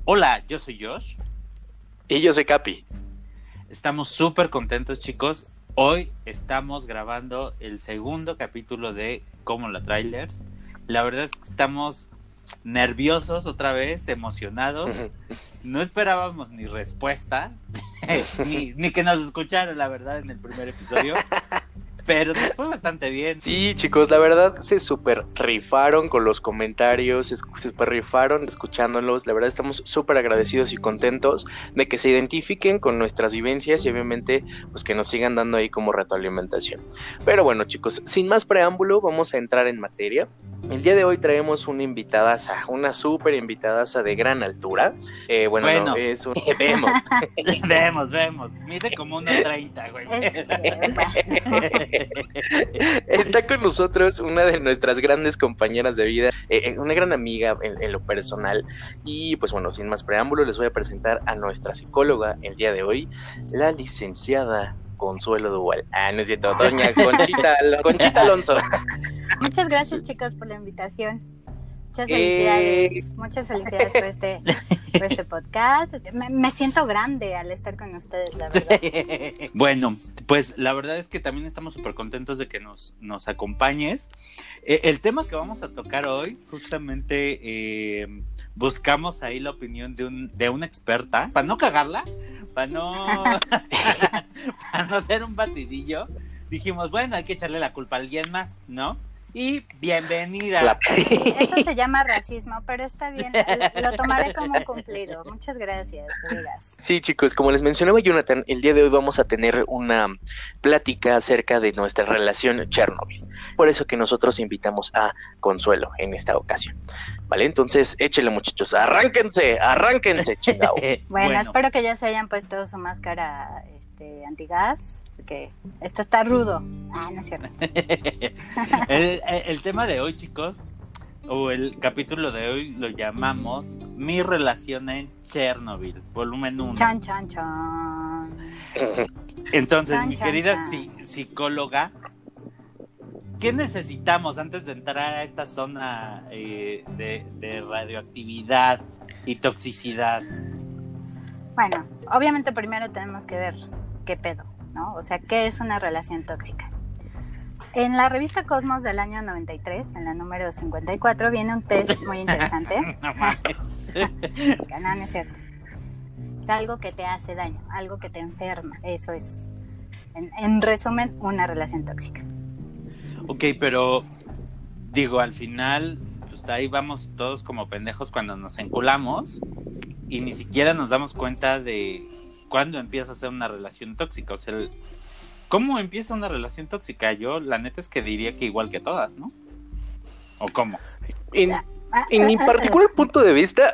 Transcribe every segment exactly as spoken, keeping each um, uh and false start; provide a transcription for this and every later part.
Hola, yo soy Josh. Y yo soy Capi. Estamos súper contentos, chicos. Hoy estamos grabando el segundo capítulo de Como la Trailers. La verdad es que estamos nerviosos otra vez, emocionados. No esperábamos ni respuesta, ni, ni que nos escucharan, la verdad, en el primer episodio. Pero nos fue bastante bien. Sí, chicos, la verdad se super rifaron con los comentarios, se super rifaron escuchándolos. La verdad estamos súper agradecidos y contentos de que se identifiquen con nuestras vivencias y obviamente pues que nos sigan dando ahí como retroalimentación. Pero bueno, chicos, sin más preámbulo, vamos a entrar en materia. El día de hoy traemos una invitadaza, una súper invitadaza de gran altura. Eh, bueno, bueno. No, es un... vemos. vemos, vemos. Mide como uno treinta, güey. Es, Está con nosotros una de nuestras grandes compañeras de vida, eh, una gran amiga en, en lo personal. Y pues bueno, sin más preámbulo, les voy a presentar a nuestra psicóloga el día de hoy, la licenciada Consuelo Duval. Ah, no es cierto, doña Conchita, Conchita Alonso. Muchas gracias, chicos, por la invitación. Muchas felicidades, eh... muchas felicidades por este, por este podcast. Me, me siento grande al estar con ustedes, la verdad. Bueno, pues la verdad es que también estamos súper contentos de que nos, nos acompañes. Eh, el tema que vamos a tocar hoy, justamente eh, buscamos ahí la opinión de, un, de una experta, para no cagarla, para no, para no ser un batidillo. Dijimos, bueno, hay que echarle la culpa a alguien más, ¿no? Y bienvenida. La... Eso se llama racismo, pero está bien, lo tomaré como un cumplido. Muchas gracias, de veras. Sí, chicos, como les mencionaba Jonathan, el día de hoy vamos a tener una plática acerca de nuestra relación Chernobyl. Por eso que nosotros invitamos a Consuelo en esta ocasión. Vale, entonces échele, muchachos, arránquense, arránquense, chingao. bueno, bueno, espero que ya se hayan puesto su máscara este, antigas, porque esto está rudo. Ah, no es cierto. el, el tema de hoy, chicos, o el capítulo de hoy lo llamamos Mi relación en Chernobyl, volumen uno. Chan, chan, chan. Entonces, chan, mi chan, querida chan. Si, psicóloga, ¿qué necesitamos antes de entrar a esta zona eh, de, de radioactividad y toxicidad? Bueno, obviamente primero tenemos que ver qué pedo, ¿no? O sea, ¿qué es una relación tóxica? En la revista Cosmos del año noventa y tres, en la número cincuenta y cuatro, viene un test muy interesante. No mames. No, no es cierto. Es algo que te hace daño, algo que te enferma. Eso es, en, en resumen, una relación tóxica. Ok, pero digo, al final, pues ahí vamos todos como pendejos cuando nos enculamos y ni siquiera nos damos cuenta de cuándo empieza a ser una relación tóxica. O sea, el, ¿cómo empieza una relación tóxica? Yo, la neta es que diría que igual que todas, ¿no? ¿O cómo? En, en mi particular punto de vista,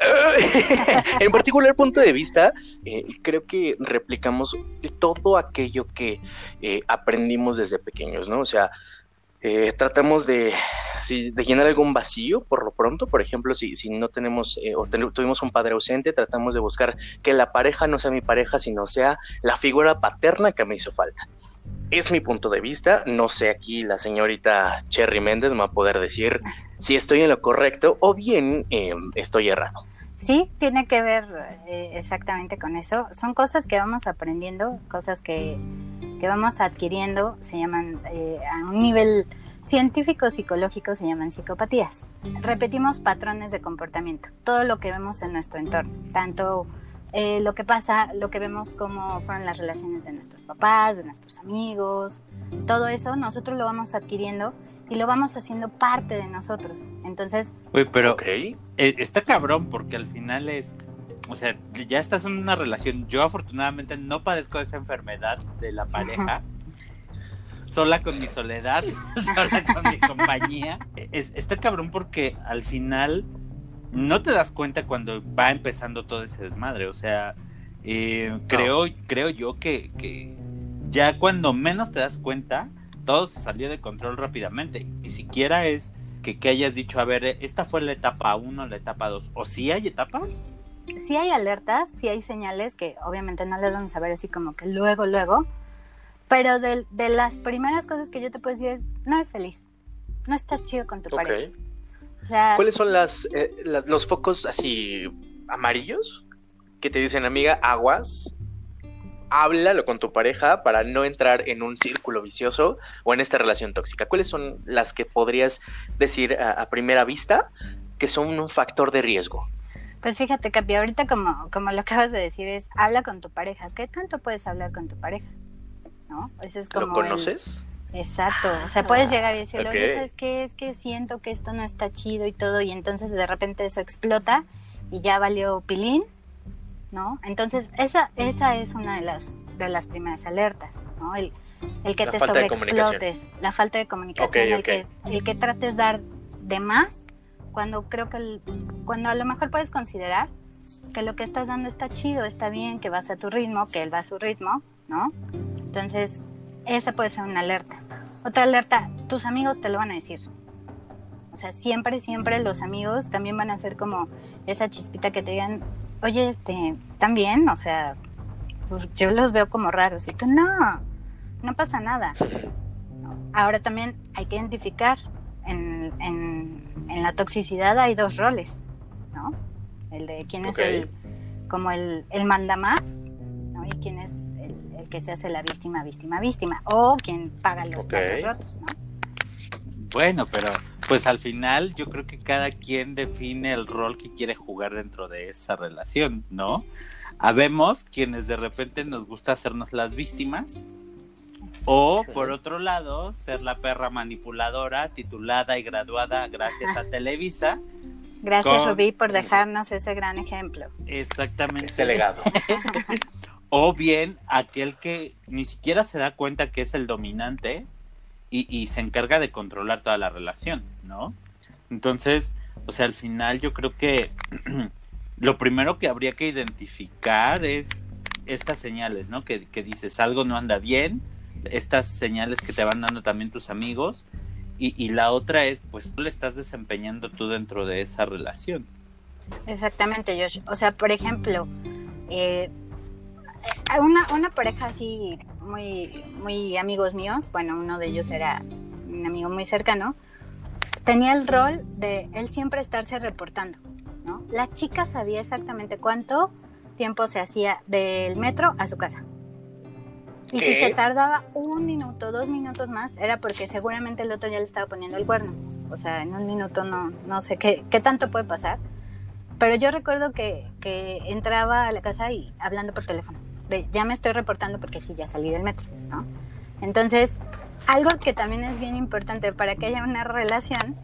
en particular punto de vista, eh, creo que replicamos todo aquello que eh, aprendimos desde pequeños, ¿no? O sea, Eh, tratamos de, si, de llenar algún vacío por lo pronto. Por ejemplo, si, si no tenemos eh, o ten, tuvimos un padre ausente, tratamos de buscar que la pareja no sea mi pareja, sino sea la figura paterna que me hizo falta. Es mi punto de vista. No sé, aquí la señorita Cherry Méndez me va a poder decir si estoy en lo correcto o bien eh, estoy errado. Sí, tiene que ver eh, exactamente con eso. Son cosas que vamos aprendiendo, cosas que, que vamos adquiriendo, se llaman eh, a un nivel científico psicológico, se llaman psicopatías. Repetimos patrones de comportamiento, todo lo que vemos en nuestro entorno, tanto eh, lo que pasa, lo que vemos como fueron las relaciones de nuestros papás, de nuestros amigos, todo eso nosotros lo vamos adquiriendo y lo vamos haciendo parte de nosotros. Entonces, Uy, pero okay. eh, está cabrón porque al final es, o sea, ya estás en una relación. Yo afortunadamente no padezco de esa enfermedad de la pareja. Uh-huh. Sola con mi soledad, sola con mi compañía. Es, está cabrón porque al final no te das cuenta cuando va empezando todo ese desmadre. O sea, eh, creo, no. creo yo que, que ya cuando menos te das cuenta, todo se salió de control rápidamente. Ni siquiera es que, que hayas dicho, a ver, esta fue la etapa uno, la etapa dos. ¿O sí hay etapas? Sí hay alertas, sí hay señales que obviamente no las vamos a ver así como que luego, luego. Pero de, de las primeras cosas que yo te puedo decir es, no eres feliz. No estás chido con tu okay. pareja. O sea, ¿cuáles son las, eh, las los focos así amarillos que te dicen, amiga, aguas, háblalo con tu pareja para no entrar en un círculo vicioso o en esta relación tóxica? ¿Cuáles son las que podrías decir a, a primera vista que son un factor de riesgo? Pues fíjate, Capi, ahorita como, como lo acabas de decir es, habla con tu pareja. ¿Qué tanto puedes hablar con tu pareja? ¿No? Ese es como ¿Lo conoces? El... Exacto, o sea, puedes llegar y decirle, okay. oye, ¿sabes qué? Es que siento que esto no está chido y todo, y entonces de repente eso explota y ya valió pilín, ¿no? Entonces, esa esa es una de las de las primeras alertas, ¿no? El, el que la te sobreexplotes, la falta de comunicación, okay, el, okay. Que, el que trates dar de más, cuando creo que, el, cuando a lo mejor puedes considerar que lo que estás dando está chido, está bien, que vas a tu ritmo, que él va a su ritmo, ¿no? Entonces, esa puede ser una alerta. Otra alerta, tus amigos te lo van a decir. O sea, siempre, siempre los amigos también van a ser como esa chispita que te digan, oye, este, ¿también? O sea, pues yo los veo como raros. Y tú, no, no pasa nada. Ahora también hay que identificar, en, en, en la toxicidad hay dos roles, ¿no? El de quién es okay. el, como el, el mandamás, ¿no? Y quién es el, el que se hace la víctima, víctima, víctima. O quien paga los okay. platos rotos, ¿no? Bueno, pero pues al final yo creo que cada quien define el rol que quiere jugar dentro de esa relación, ¿no? Habemos quienes de repente nos gusta hacernos las víctimas, o por otro lado, ser la perra manipuladora, titulada y graduada gracias a Televisa. Gracias, con... Rubí, por dejarnos ese gran ejemplo. Exactamente. Ese legado. O bien aquel que ni siquiera se da cuenta que es el dominante y, y se encarga de controlar toda la relación, ¿no? Entonces, o sea, al final yo creo que lo primero que habría que identificar es estas señales, ¿no? Que, que dices, algo no anda bien, estas señales que te van dando también tus amigos, y, y la otra es, pues, ¿tú le estás desempeñando tú dentro de esa relación? Exactamente, Josh. O sea, por ejemplo, eh, una, una pareja así, muy, muy amigos míos, bueno, uno de ellos era un amigo muy cercano, tenía el rol de él siempre estarse reportando, ¿no? La chica sabía exactamente cuánto tiempo se hacía del metro a su casa. Y ¿qué? Si se tardaba un minuto, dos minutos más, era porque seguramente el otro ya le estaba poniendo el cuerno. O sea, en un minuto no, no sé qué, qué tanto puede pasar. Pero yo recuerdo que, que entraba a la casa y hablando por teléfono. De, ya me estoy reportando porque sí, ya salí del metro, ¿no? Entonces, algo que también es bien importante para que haya una relación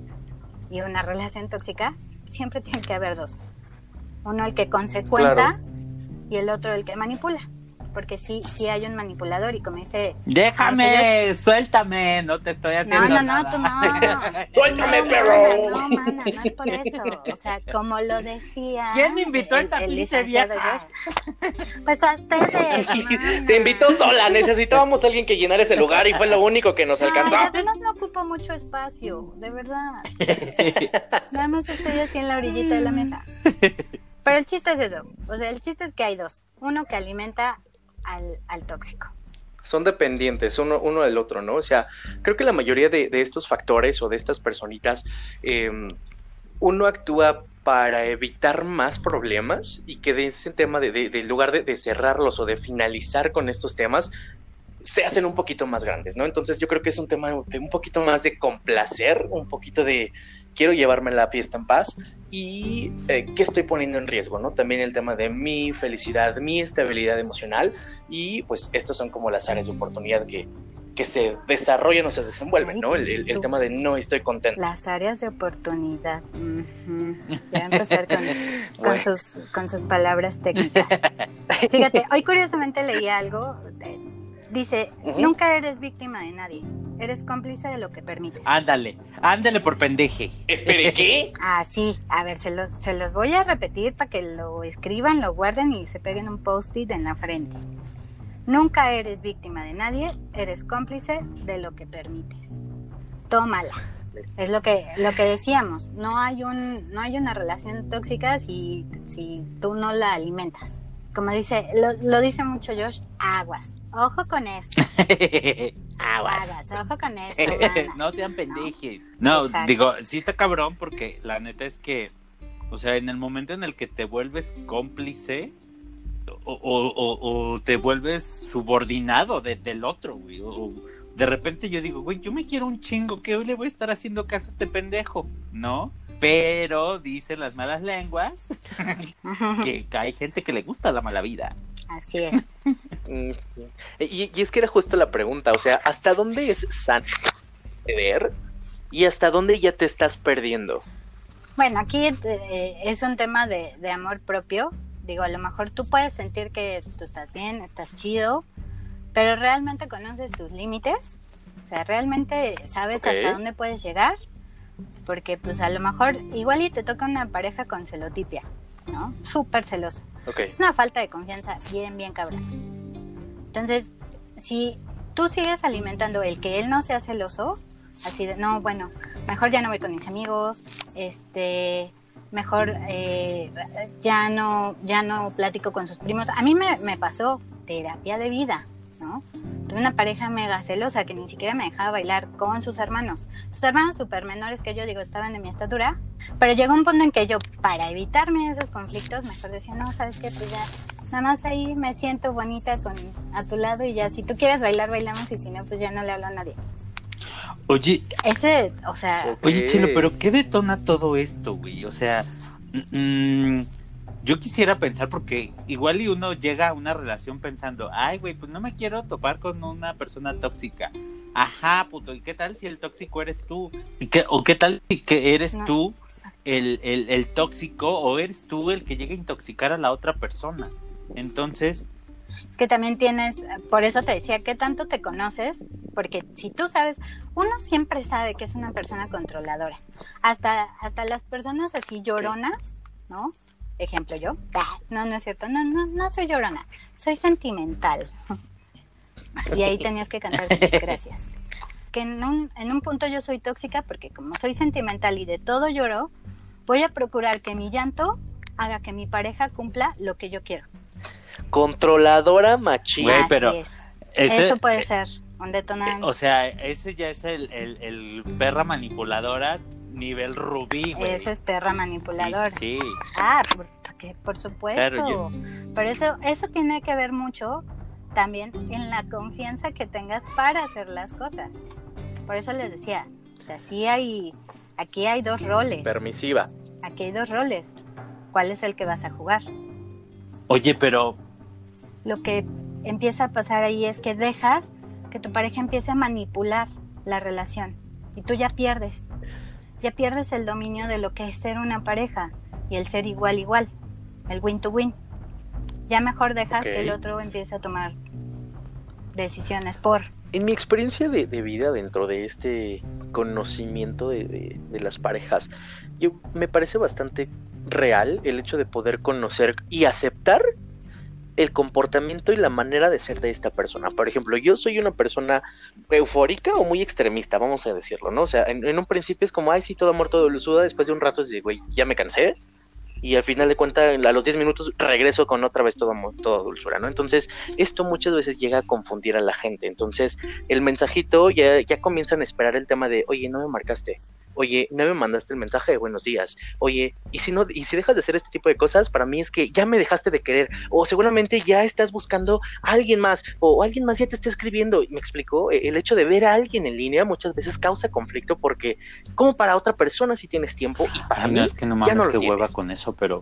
y una relación tóxica, siempre tiene que haber dos. Uno el que consecuenta, claro, y el otro el que manipula. Porque sí, sí hay un manipulador y como dice... ¡Déjame! Yo... ¡Suéltame! No te estoy haciendo No, no, nada. no, tú no. ¡Suéltame, no, perro! No, mana, no es por eso. O sea, como lo decía... ¿Quién me invitó a esta pinche vieja? Pues a ustedes. Se invitó sola. Necesitábamos a alguien que llenara ese lugar y fue lo único que nos alcanzó. Ay, además no ocupo mucho espacio, de verdad. Nada más estoy así en la orillita de la mesa. Pero el chiste es eso. O sea, el chiste es que hay dos. Uno que alimenta Al, al tóxico. Son dependientes uno, uno del otro, ¿no? O sea, creo que la mayoría de, de estos factores o de estas personitas, eh, uno actúa para evitar más problemas y que de ese tema, de, de, de en lugar de, de cerrarlos o de finalizar con estos temas, se hacen un poquito más grandes, ¿no? Entonces yo creo que es un tema de un poquito más de complacer, un poquito de quiero llevarme la fiesta en paz y eh, qué estoy poniendo en riesgo, ¿no? También el tema de mi felicidad, mi estabilidad emocional y pues estos son como las áreas de oportunidad que, que se desarrollan o se desenvuelven, ¿no? El, el, el tema de no estoy contento. Las áreas de oportunidad. Uh-huh. Ya empezar con, con, bueno. sus, con sus palabras técnicas. Fíjate, hoy curiosamente leí algo, de, dice, uh-huh. Nunca eres víctima de nadie. Eres cómplice de lo que permites. Ándale, ándale por pendeje. ¿Espere qué? Ah, sí, a ver, se los, se los voy a repetir para que lo escriban, lo guarden y se peguen un post-it en la frente. Nunca eres víctima de nadie, eres cómplice de lo que permites. Tómala. Es lo que, lo que decíamos, no hay un, no hay una relación tóxica si, si tú no la alimentas. Como dice, lo, lo dice mucho Josh, aguas, ojo con esto. aguas. Aguas, ojo con esto, manas. No sean pendejes. No, no digo, sí está cabrón porque la neta es que O sea, en el momento en el que te vuelves cómplice o, o, o, o te vuelves subordinado de, del otro, güey. O, de repente yo digo, güey, yo me quiero un chingo, que hoy le voy a estar haciendo caso a este pendejo, ¿no? Pero dicen las malas lenguas que hay gente que le gusta la mala vida. Así es. Y, y es que era justo la pregunta, o sea, ¿hasta dónde es sano ceder y hasta dónde ya te estás perdiendo? Bueno, aquí eh, es un tema de, de amor propio. Digo, a lo mejor tú puedes sentir que tú estás bien, estás chido, pero realmente conoces tus límites. O sea, realmente sabes okay. hasta dónde puedes llegar. Porque pues a lo mejor igual y te toca una pareja con celotipia, ¿no? Súper celoso. Okay. Es una falta de confianza bien, bien cabrón. Entonces, si tú sigues alimentando el que él no sea celoso, así de, no, bueno, mejor ya no voy con mis amigos, este, mejor eh, ya no ya no platico con sus primos. A mí me, me pasó terapia de vida, ¿no? Tuve una pareja mega celosa que ni siquiera me dejaba bailar con sus hermanos. Sus hermanos súper menores que yo, digo, estaban de mi estatura, pero llegó un punto en que yo, para evitarme esos conflictos, mejor decía, no, ¿sabes qué? Pues ya, nada más ahí me siento bonita con, a tu lado y ya, si tú quieres bailar, bailamos, y si no, pues ya no le hablo a nadie. Oye, ese, o sea... Okay. Oye, Chelo, pero ¿qué detona todo esto, güey? O sea, mmm, yo quisiera pensar, porque igual y uno llega a una relación pensando, ay, güey, pues no me quiero topar con una persona tóxica. Ajá, puto, ¿y qué tal si el tóxico eres tú? ¿Y qué, ¿O qué tal si que eres no. tú el, el, el tóxico, o eres tú el que llega a intoxicar a la otra persona? Entonces... Es que también tienes, por eso te decía, ¿qué tanto te conoces? Porque si tú sabes, uno siempre sabe que es una persona controladora. Hasta, hasta las personas así lloronas, ¿no? Ejemplo, yo. No, no es cierto. No, no, no soy llorona. Soy sentimental. Y ahí tenías que cantar mis gracias. Que en un, en un punto yo soy tóxica porque como soy sentimental y de todo lloro, voy a procurar que mi llanto haga que mi pareja cumpla lo que yo quiero. Controladora machina. Güey, pero es. ese, Eso puede eh, ser un detonante. O sea, ese ya es el, el, el perra manipuladora nivel rubí, güey. Ese es perra manipuladora. Sí, sí. Ah, por, porque, por supuesto. Claro, yo... Pero eso, eso tiene que ver mucho también en la confianza que tengas para hacer las cosas. Por eso les decía, o sea, sí hay, aquí hay dos roles. Permisiva. Aquí hay dos roles. ¿Cuál es el que vas a jugar? Oye, pero... Lo que empieza a pasar ahí es que dejas que tu pareja empiece a manipular la relación y tú ya pierdes. Ya pierdes el dominio de lo que es ser una pareja y el ser igual igual, el win to win. Ya mejor dejas okay. que el otro empiece a tomar decisiones por... En mi experiencia de, de vida dentro de este conocimiento de, de, de las parejas, yo me parece bastante real el hecho de poder conocer y aceptar el comportamiento y la manera de ser de esta persona. Por ejemplo, yo soy una persona eufórica o muy extremista, vamos a decirlo, ¿no? O sea, en, en un principio es como, ay, sí, todo amor, todo luzuda, después de un rato es de, güey, ya me cansé, y al final de cuentas, a los diez minutos regreso con otra vez todo amor, todo dulzura, ¿no? Entonces, esto muchas veces llega a confundir a la gente. Entonces, el mensajito, ya, ya comienzan a esperar el tema de, oye, no me marcaste, oye, no me mandaste el mensaje de buenos días, oye, y si no, y si dejas de hacer este tipo de cosas, para mí es que ya me dejaste de querer, o seguramente ya estás buscando a alguien más, o alguien más ya te está escribiendo. Y me explicó, el hecho de ver a alguien en línea muchas veces causa conflicto, porque como para otra persona si tienes tiempo, y para Ay, mí no, es que no mames, ya no lo que tienes. Hueva con eso, pero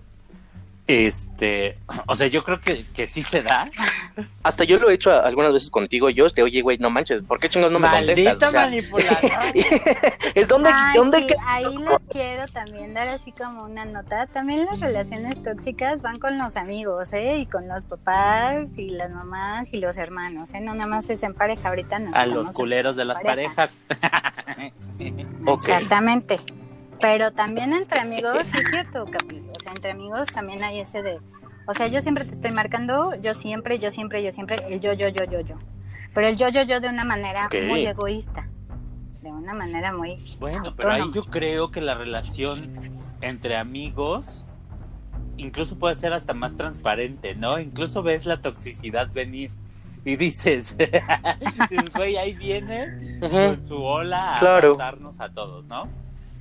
este, o sea, yo creo que, que sí se da. Hasta yo lo he hecho a, algunas veces contigo, yo te oye, güey, no manches, ¿por qué chingados no me Maldito contestas? O sea, manipulador. es donde, Ay, donde sí, que... ahí les quiero también dar así como una nota. También las relaciones tóxicas van con los amigos, ¿eh? Y con los papás y las mamás y los hermanos, ¿eh? No nada más es en pareja, ahorita nos A los culeros de las pareja. parejas. Okay. Exactamente. Pero también entre amigos, sí es cierto, Capi. O sea, entre amigos también hay ese de... O sea, yo siempre te estoy marcando, yo siempre, yo siempre, yo siempre, el yo, yo, yo, yo, yo. Pero el yo, yo, yo de una manera okay. muy egoísta. De una manera muy... Bueno, autónoma. pero ahí yo creo que la relación entre amigos incluso puede ser hasta más transparente, ¿no? Incluso ves la toxicidad venir y dices, güey, ahí viene uh-huh. con su ola a claro. pasarnos a todos, ¿no?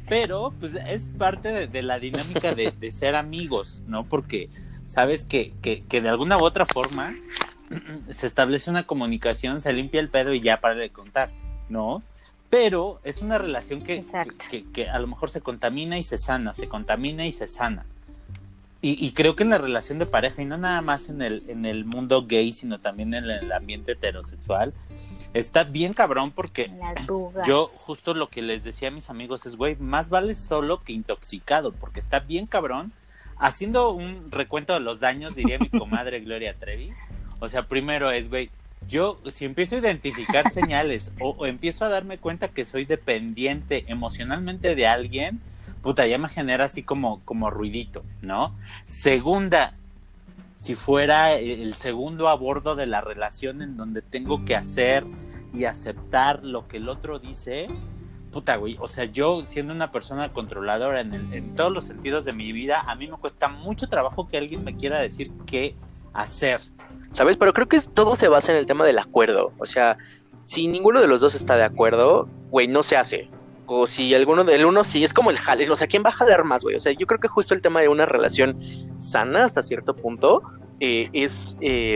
pero pues es parte de, de la dinámica de, de ser amigos, ¿no? Porque sabes que, que, que de alguna u otra forma se establece una comunicación, se limpia el pedo y ya para de contar, ¿no? Pero es una relación que, que, que, que a lo mejor se contamina y se sana, se contamina y se sana. Y, y creo que en la relación de pareja, y no nada más en el, en el mundo gay, sino también en el ambiente heterosexual, está bien cabrón porque yo justo lo que les decía a mis amigos es, güey, más vale solo que intoxicado, porque está bien cabrón. Haciendo un recuento de los daños, diría mi comadre Gloria Trevi, o sea, primero es, güey, yo si empiezo a identificar señales o, o empiezo a darme cuenta que soy dependiente emocionalmente de alguien, puta, ya me genera así como, como ruidito, ¿no? Segunda, si fuera el segundo a bordo de la relación en donde tengo que hacer y aceptar lo que el otro dice, puta, güey, o sea, yo siendo una persona controladora en, el, en todos los sentidos de mi vida, a mí me cuesta mucho trabajo que alguien me quiera decir qué hacer. ¿Sabes? Pero creo que es, todo se basa en el tema del acuerdo. O sea, si ninguno de los dos está de acuerdo, güey, no se hace. O si alguno del uno sí, es como el jale. O sea, ¿quién va a jalar más, güey? O sea, yo creo que justo el tema de una relación sana hasta cierto punto eh, es eh,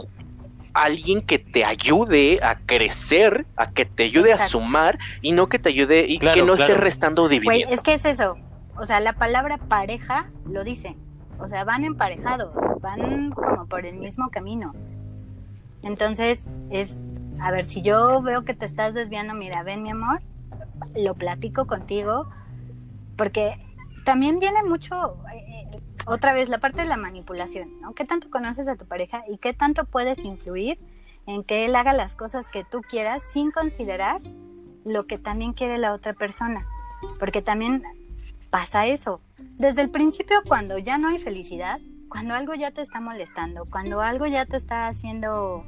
alguien que te ayude a crecer, a que te ayude Exacto. a sumar y no que te ayude y claro, que no claro. esté restando o dividiendo. Güey, es que es eso. O sea, la palabra pareja lo dice. O sea, van emparejados, van como por el mismo camino. Entonces, es, a ver, si yo veo que te estás desviando, mira, ven mi amor, lo platico contigo, porque también viene mucho, eh, otra vez, la parte de la manipulación, ¿no? ¿Qué tanto conoces a tu pareja y qué tanto puedes influir en que él haga las cosas que tú quieras sin considerar lo que también quiere la otra persona? Porque también pasa eso. Desde el principio, cuando ya no hay felicidad, cuando algo ya te está molestando, cuando algo ya te está haciendo,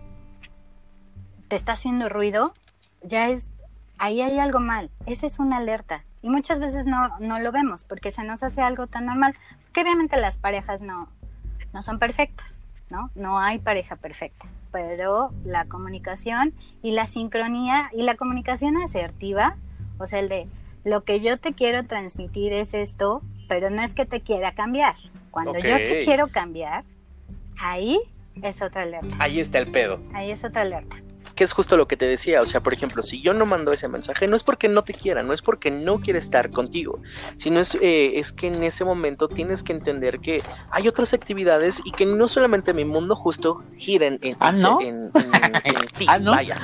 te está haciendo ruido, ya es, ahí hay algo mal. Esa es una alerta. Y muchas veces no, no lo vemos porque se nos hace algo tan normal. Porque obviamente las parejas no, no son perfectas, ¿no? No hay pareja perfecta. Pero la comunicación y la sincronía y la comunicación asertiva, o sea, el de lo que yo te quiero transmitir es esto, pero no es que te quiera cambiar. Cuando okay. yo te quiero cambiar, ahí es otra alerta. Ahí está el pedo. Ahí es otra alerta. Que es justo lo que te decía, o sea, por ejemplo, si yo no mando ese mensaje, no es porque no te quiera, no es porque no quiere estar contigo, sino es, eh, es que en ese momento tienes que entender que hay otras actividades y que no solamente mi mundo justo gira en, en, ¿Ah, no? en, en, en, en ti, ¿Ah, no? vaya.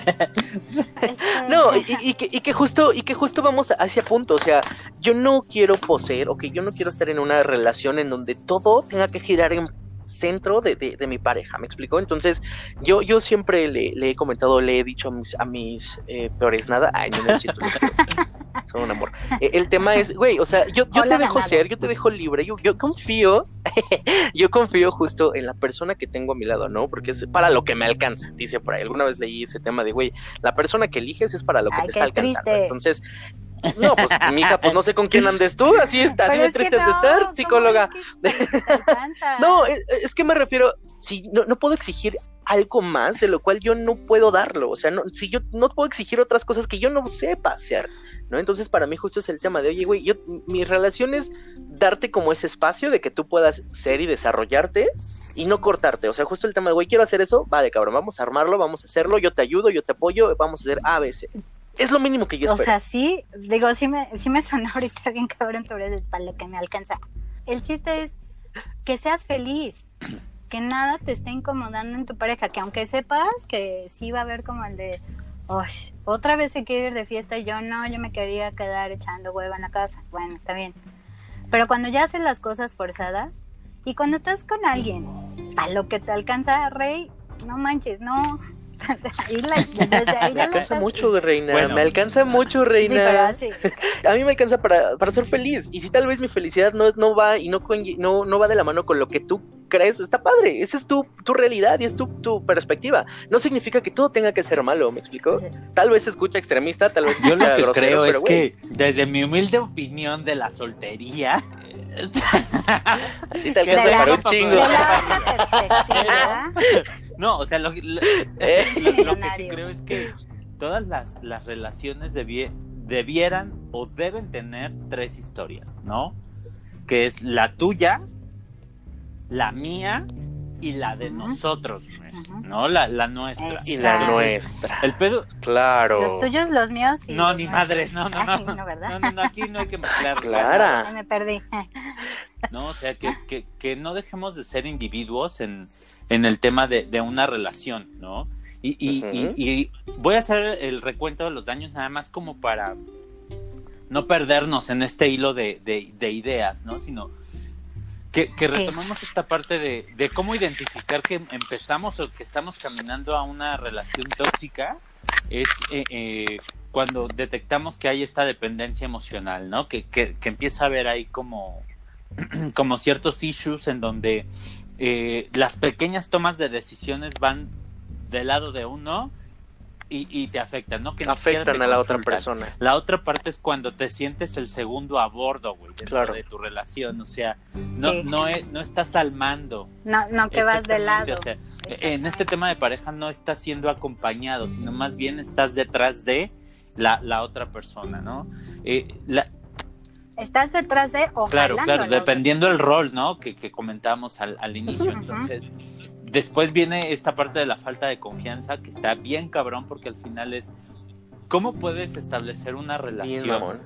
No, y, y, que, y, que justo, y que justo vamos hacia punto, o sea, yo no quiero poseer, o que yo no quiero estar en una relación en donde todo tenga que girar en centro de, de, de mi pareja, ¿me explicó? Entonces, yo, yo siempre le, le he comentado, le he dicho a mis, a mis eh, peores nada, ay, no, no, chito, son un amor. Eh, el tema es, güey, o sea, yo, yo te dejo ganado. ser, yo te dejo libre, yo, yo confío, yo confío justo en la persona que tengo a mi lado, ¿no? Porque es para lo que me alcanza, dice por ahí. Alguna vez leí ese tema de, güey, la persona que eliges es para lo que ay, te está alcanzando. Triste. Entonces, no, pues, mija, pues no sé con quién andes tú, así, así de triste no, de estar, psicóloga. Es que no, es, es que me refiero, si no, no puedo exigir algo más de lo cual yo no puedo darlo, o sea, no, si yo no puedo exigir otras cosas que yo no sepa hacer, ¿no? Entonces, para mí justo es el tema de, oye, güey, yo, mi relación es darte como ese espacio de que tú puedas ser y desarrollarte y no cortarte, o sea, justo el tema de, güey, quiero hacer eso, vale, cabrón, vamos a armarlo, vamos a hacerlo, yo te ayudo, yo te apoyo, vamos a hacer A, B, C. Es lo mínimo que yo espero. O sea, sí, digo, sí me, sí me sonó ahorita bien cabrón, tú eres para lo que me alcanza. El chiste es que seas feliz, que nada te esté incomodando en tu pareja, que aunque sepas que sí va a haber como el de, oye, otra vez se quiere ir de fiesta y yo no, yo me quería quedar echando hueva en la casa. Bueno, está bien. Pero cuando ya haces las cosas forzadas y cuando estás con alguien, a lo que te alcanza, rey, no manches, no... Ahí la, desde ahí me alcanza estás... mucho, reina, bueno. me alcanza mucho, reina. Sí, pero sí. A mí me alcanza para, para ser feliz. Y si tal vez mi felicidad no, no va y no, no, no va de la mano con lo que tú crees, está padre. Esa es tu, tu realidad y es tu, tu perspectiva. No significa que todo tenga que ser malo, ¿me explico? Sí. Tal vez se escucha extremista, tal vez yo lo que grosero, creo pero es güey. que desde mi humilde opinión de la soltería, así te alcanza para un chingo. No, o sea, lo, lo, lo, lo que sí creo es que todas las, las relaciones debie, debieran o deben tener tres historias, ¿no? Que es la tuya, la mía y la de uh-huh. nosotros, uh-huh. ¿no? La, la nuestra. Exacto. Y la nuestra. El pedo... Claro. Los tuyos, los míos y No, los ni nuestros. madre, no, no, no. Ay, no, ¿verdad? No, no, no, aquí no hay que mezclar. Clara. Ya me perdí. No, o sea, que, que, que no dejemos de ser individuos en, en el tema de, de una relación, ¿no? Y, y, uh-huh. y, y voy a hacer el recuento de los daños nada más como para no perdernos en este hilo de, de, de ideas, ¿no? Sino que, que sí. retomemos esta parte de, de cómo identificar que empezamos o que estamos caminando a una relación tóxica es eh, eh, cuando detectamos que hay esta dependencia emocional, ¿no? Que, que, que empieza a haber ahí como, como ciertos issues en donde eh, las pequeñas tomas de decisiones van del lado de uno y, y te afectan, ¿no? Que afectan a la otra persona. La otra parte es cuando te sientes el segundo a bordo, güey, dentro claro. de tu relación, o sea, no, sí. no, es, no estás al mando. No, no que vas de lado. O sea, en este tema de pareja no estás siendo acompañado, sino más bien estás detrás de la, la otra persona, ¿no? Eh, la, Estás detrás de o Claro, claro, jalando, dependiendo del rol, ¿no? Que, que comentábamos al, al inicio. Entonces, después viene esta parte de la falta de confianza, que está bien cabrón, porque al final es, ¿cómo puedes establecer una relación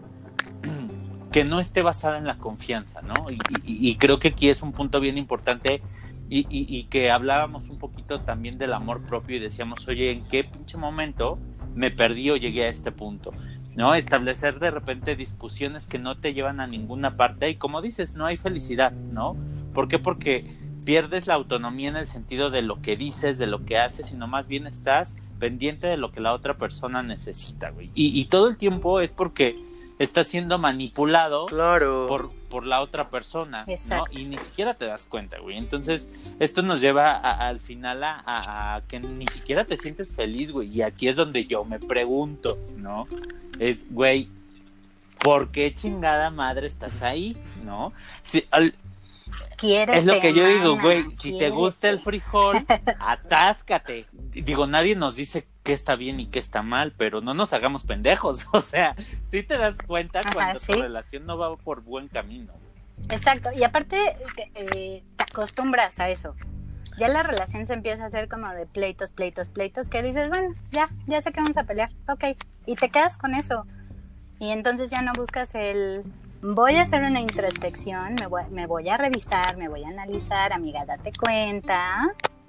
que no esté basada en la confianza, ¿no? Y, y, y creo que aquí es un punto bien importante y, y, y que hablábamos un poquito también del amor propio y decíamos, oye, ¿en qué pinche momento me perdí o llegué a este punto? ¿No? Establecer de repente discusiones que no te llevan a ninguna parte y como dices, no hay felicidad, ¿no? ¿Por qué? Porque pierdes la autonomía en el sentido de lo que dices, de lo que haces, sino más bien estás pendiente de lo que la otra persona necesita, güey. Y, y todo el tiempo es porque estás siendo manipulado claro. por, por la otra persona, exacto. ¿no? Y ni siquiera te das cuenta, güey. Entonces, esto nos lleva a, a, al final a, a, a que ni siquiera te sientes feliz, güey. Y aquí es donde yo me pregunto, ¿no? Es, güey, ¿por qué chingada madre estás ahí? ¿No? Si, al, Quiérete, es lo que yo digo, mana, güey, si quiérete. te gusta el frijol, atáscate. Digo, nadie nos dice qué está bien y qué está mal, pero no nos hagamos pendejos. O sea, sí te das cuenta Ajá, cuando ¿sí? tu relación no va por buen camino. Exacto, y aparte eh, te acostumbras a eso. Ya la relación se empieza a hacer como de pleitos, pleitos, pleitos, que dices, bueno, ya, ya sé que vamos a pelear, ok, y te quedas con eso. Y entonces ya no buscas el, voy a hacer una introspección, me voy, me voy a revisar, me voy a analizar, amiga, date cuenta,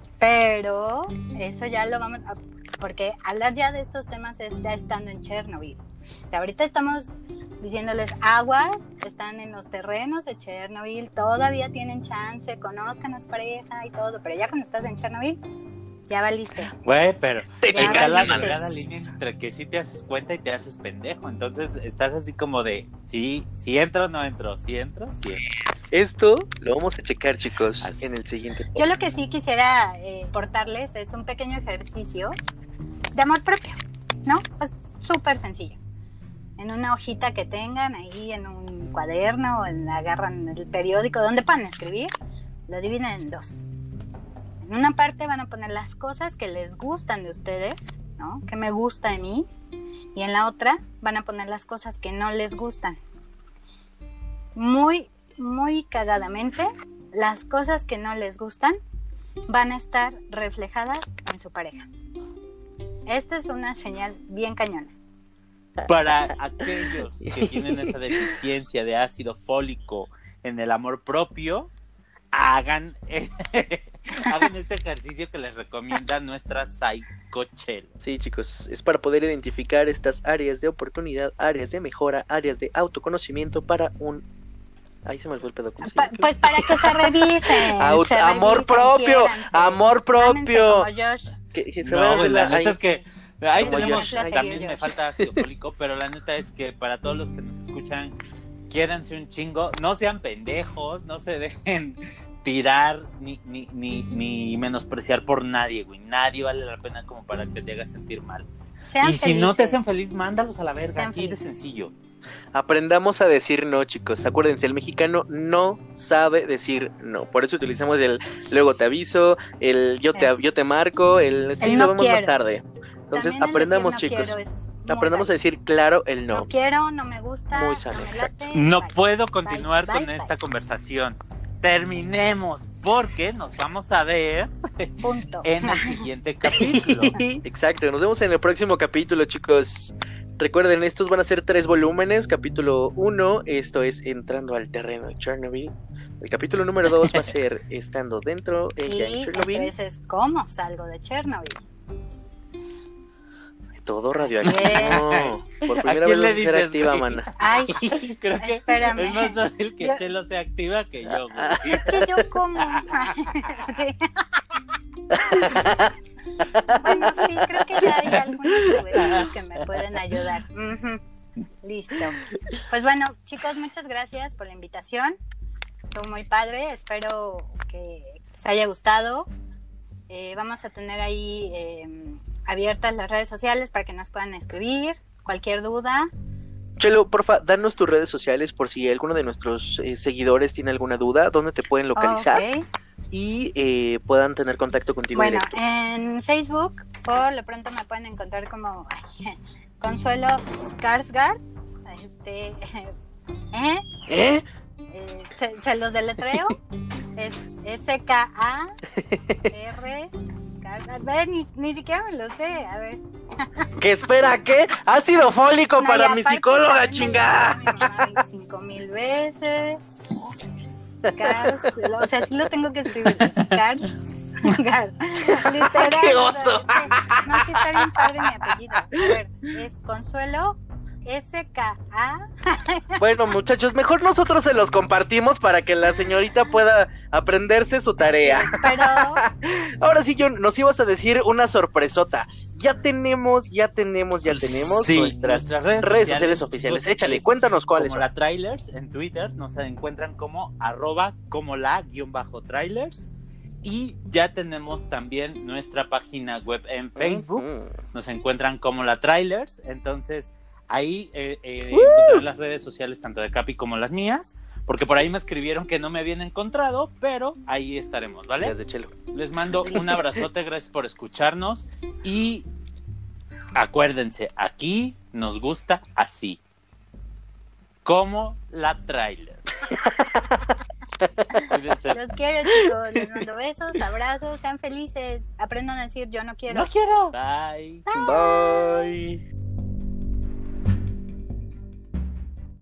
pero eso ya lo vamos a... Porque hablar ya de estos temas es ya estando en Chernobyl. O sea, ahorita estamos diciéndoles aguas, están en los terrenos de Chernobyl, todavía tienen chance, conozcan a su pareja y todo, pero ya cuando estás en Chernobyl, ya valiste. Güey, pero te está la valiste. delgada línea entre que sí te haces cuenta y te haces pendejo. Entonces estás así como de, sí, sí entro o no entro, sí entro, sí entro. Esto lo vamos a checar, chicos, así. en el siguiente podcast. Yo lo que sí quisiera eh, portarles es un pequeño ejercicio de amor propio, ¿no? Es súper sencillo. En una hojita que tengan ahí, en un cuaderno, o en, agarran el periódico, donde puedan escribir, lo dividen en dos. En una parte van a poner las cosas que les gustan de ustedes, ¿no? Que me gusta de mí. Y en la otra van a poner las cosas que no les gustan. Muy, muy cagadamente, las cosas que no les gustan van a estar reflejadas en su pareja. Esta es una señal bien cañona. Para aquellos que tienen esa deficiencia de ácido fólico en el amor propio, hagan, hagan este ejercicio que les recomienda nuestra Psychochel. Sí, chicos, es para poder identificar estas áreas de oportunidad, áreas de mejora, áreas de autoconocimiento para un... Ahí se me fue el pedo. ¿Cómo se Pa- llama? pues para que se revisen. Out- se amor revisen, propio, quiéranse, amor propio. ámense como Josh. Que- que se No, vayan güey, de la la- neta ahí- es que ahí Como tenemos, Josh. también Josh. me falta ácido fólico, pero la neta es que para todos los que nos escuchan, quiéranse un chingo, no sean pendejos, no se dejen tirar ni, ni, ni, ni menospreciar por nadie, güey. Nadie vale la pena como para que te hagas sentir mal. Sean y si no te felices. hacen feliz, mándalos a la verga, Sean así de felices. sencillo. Aprendamos a decir no, chicos. Acuérdense, el mexicano no sabe decir no. Por eso utilizamos el luego te aviso, el yo te, Es- yo te marco, el sí el lo no vemos más quiero. tarde. Entonces También el aprendamos, decir no chicos. quiero es Aprendamos válido. a decir claro el no. No quiero, no me gusta, Muy sano, no me exacto. late, No bye. puedo continuar Bye, con bye, esta bye. conversación. Terminemos, porque nos vamos a ver Punto. en el siguiente capítulo. Exacto, nos vemos en el próximo capítulo, chicos. Recuerden, estos van a ser tres volúmenes. Capítulo uno, esto es Entrando al terreno de Chernobyl. El capítulo número dos va a ser Estando dentro eh, ya en Y Chernobyl. entonces, ¿cómo salgo de Chernobyl? Todo radioactivo. Por ¿A primera quién vez le vas a ser dices, activa, güey? mana. Ay, Creo que espérame. es más fácil que Yo- Chelo se activa que yo, güey. Es que yo como. Sí. Bueno, sí, creo que ya hay algunos juguetitos que me pueden ayudar. Ujú. Listo. Pues bueno, chicos, muchas gracias por la invitación. Estuvo muy padre. Espero que les haya gustado. Eh, vamos a tener ahí eh, abiertas las redes sociales para que nos puedan escribir. Cualquier duda. Chelo, porfa, danos tus redes sociales por si alguno de nuestros eh, seguidores tiene alguna duda, dónde te pueden localizar Ok. y eh, puedan tener contacto contigo Bueno, directo. en Facebook, por lo pronto me pueden encontrar como ay, Consuelo Skarsgård. Este, ¿eh? ¿Eh? Eh, se, se los deletreo. Es S K A R. Skarsgård. Ve, Ni, ni siquiera me lo sé. A ver. ¿Qué espera? ¿Qué? Ácido fólico No, para y mi aparte psicóloga, también me chingada. lo dijo mi mamá cinco mil veces. Skars, o sea, sí lo tengo que escribir. Skars. Literal. ¡Qué o oso! sea, es que, no, sí está bien padre mi apellido. A ver, es Consuelo S K A. Bueno, muchachos, mejor nosotros se los compartimos para que la señorita pueda aprenderse su tarea. Pero Ahora sí, John, nos ibas a decir una sorpresota. Ya tenemos, ya tenemos, ya tenemos Sí, nuestras redes, sociales, oficiales. Échale, cuéntanos cuáles Como son. la Trailers en Twitter, nos encuentran como arroba como la guión bajo trailers. Y ya tenemos también nuestra página web en Facebook. Mm. Nos encuentran como la Trailers. Entonces ahí eh, eh, ¡Woo! encontrarán las redes sociales tanto de Capi como las mías. Porque por ahí me escribieron que no me habían encontrado, pero ahí estaremos, ¿vale? Las de Chelo. Les mando un abrazote, gracias por escucharnos y acuérdense, aquí nos gusta así, como la Trailer. Cuídense. los quiero, chicos. Les mando besos, abrazos, sean felices. Aprendan a decir yo no quiero. No quiero. Bye. Bye.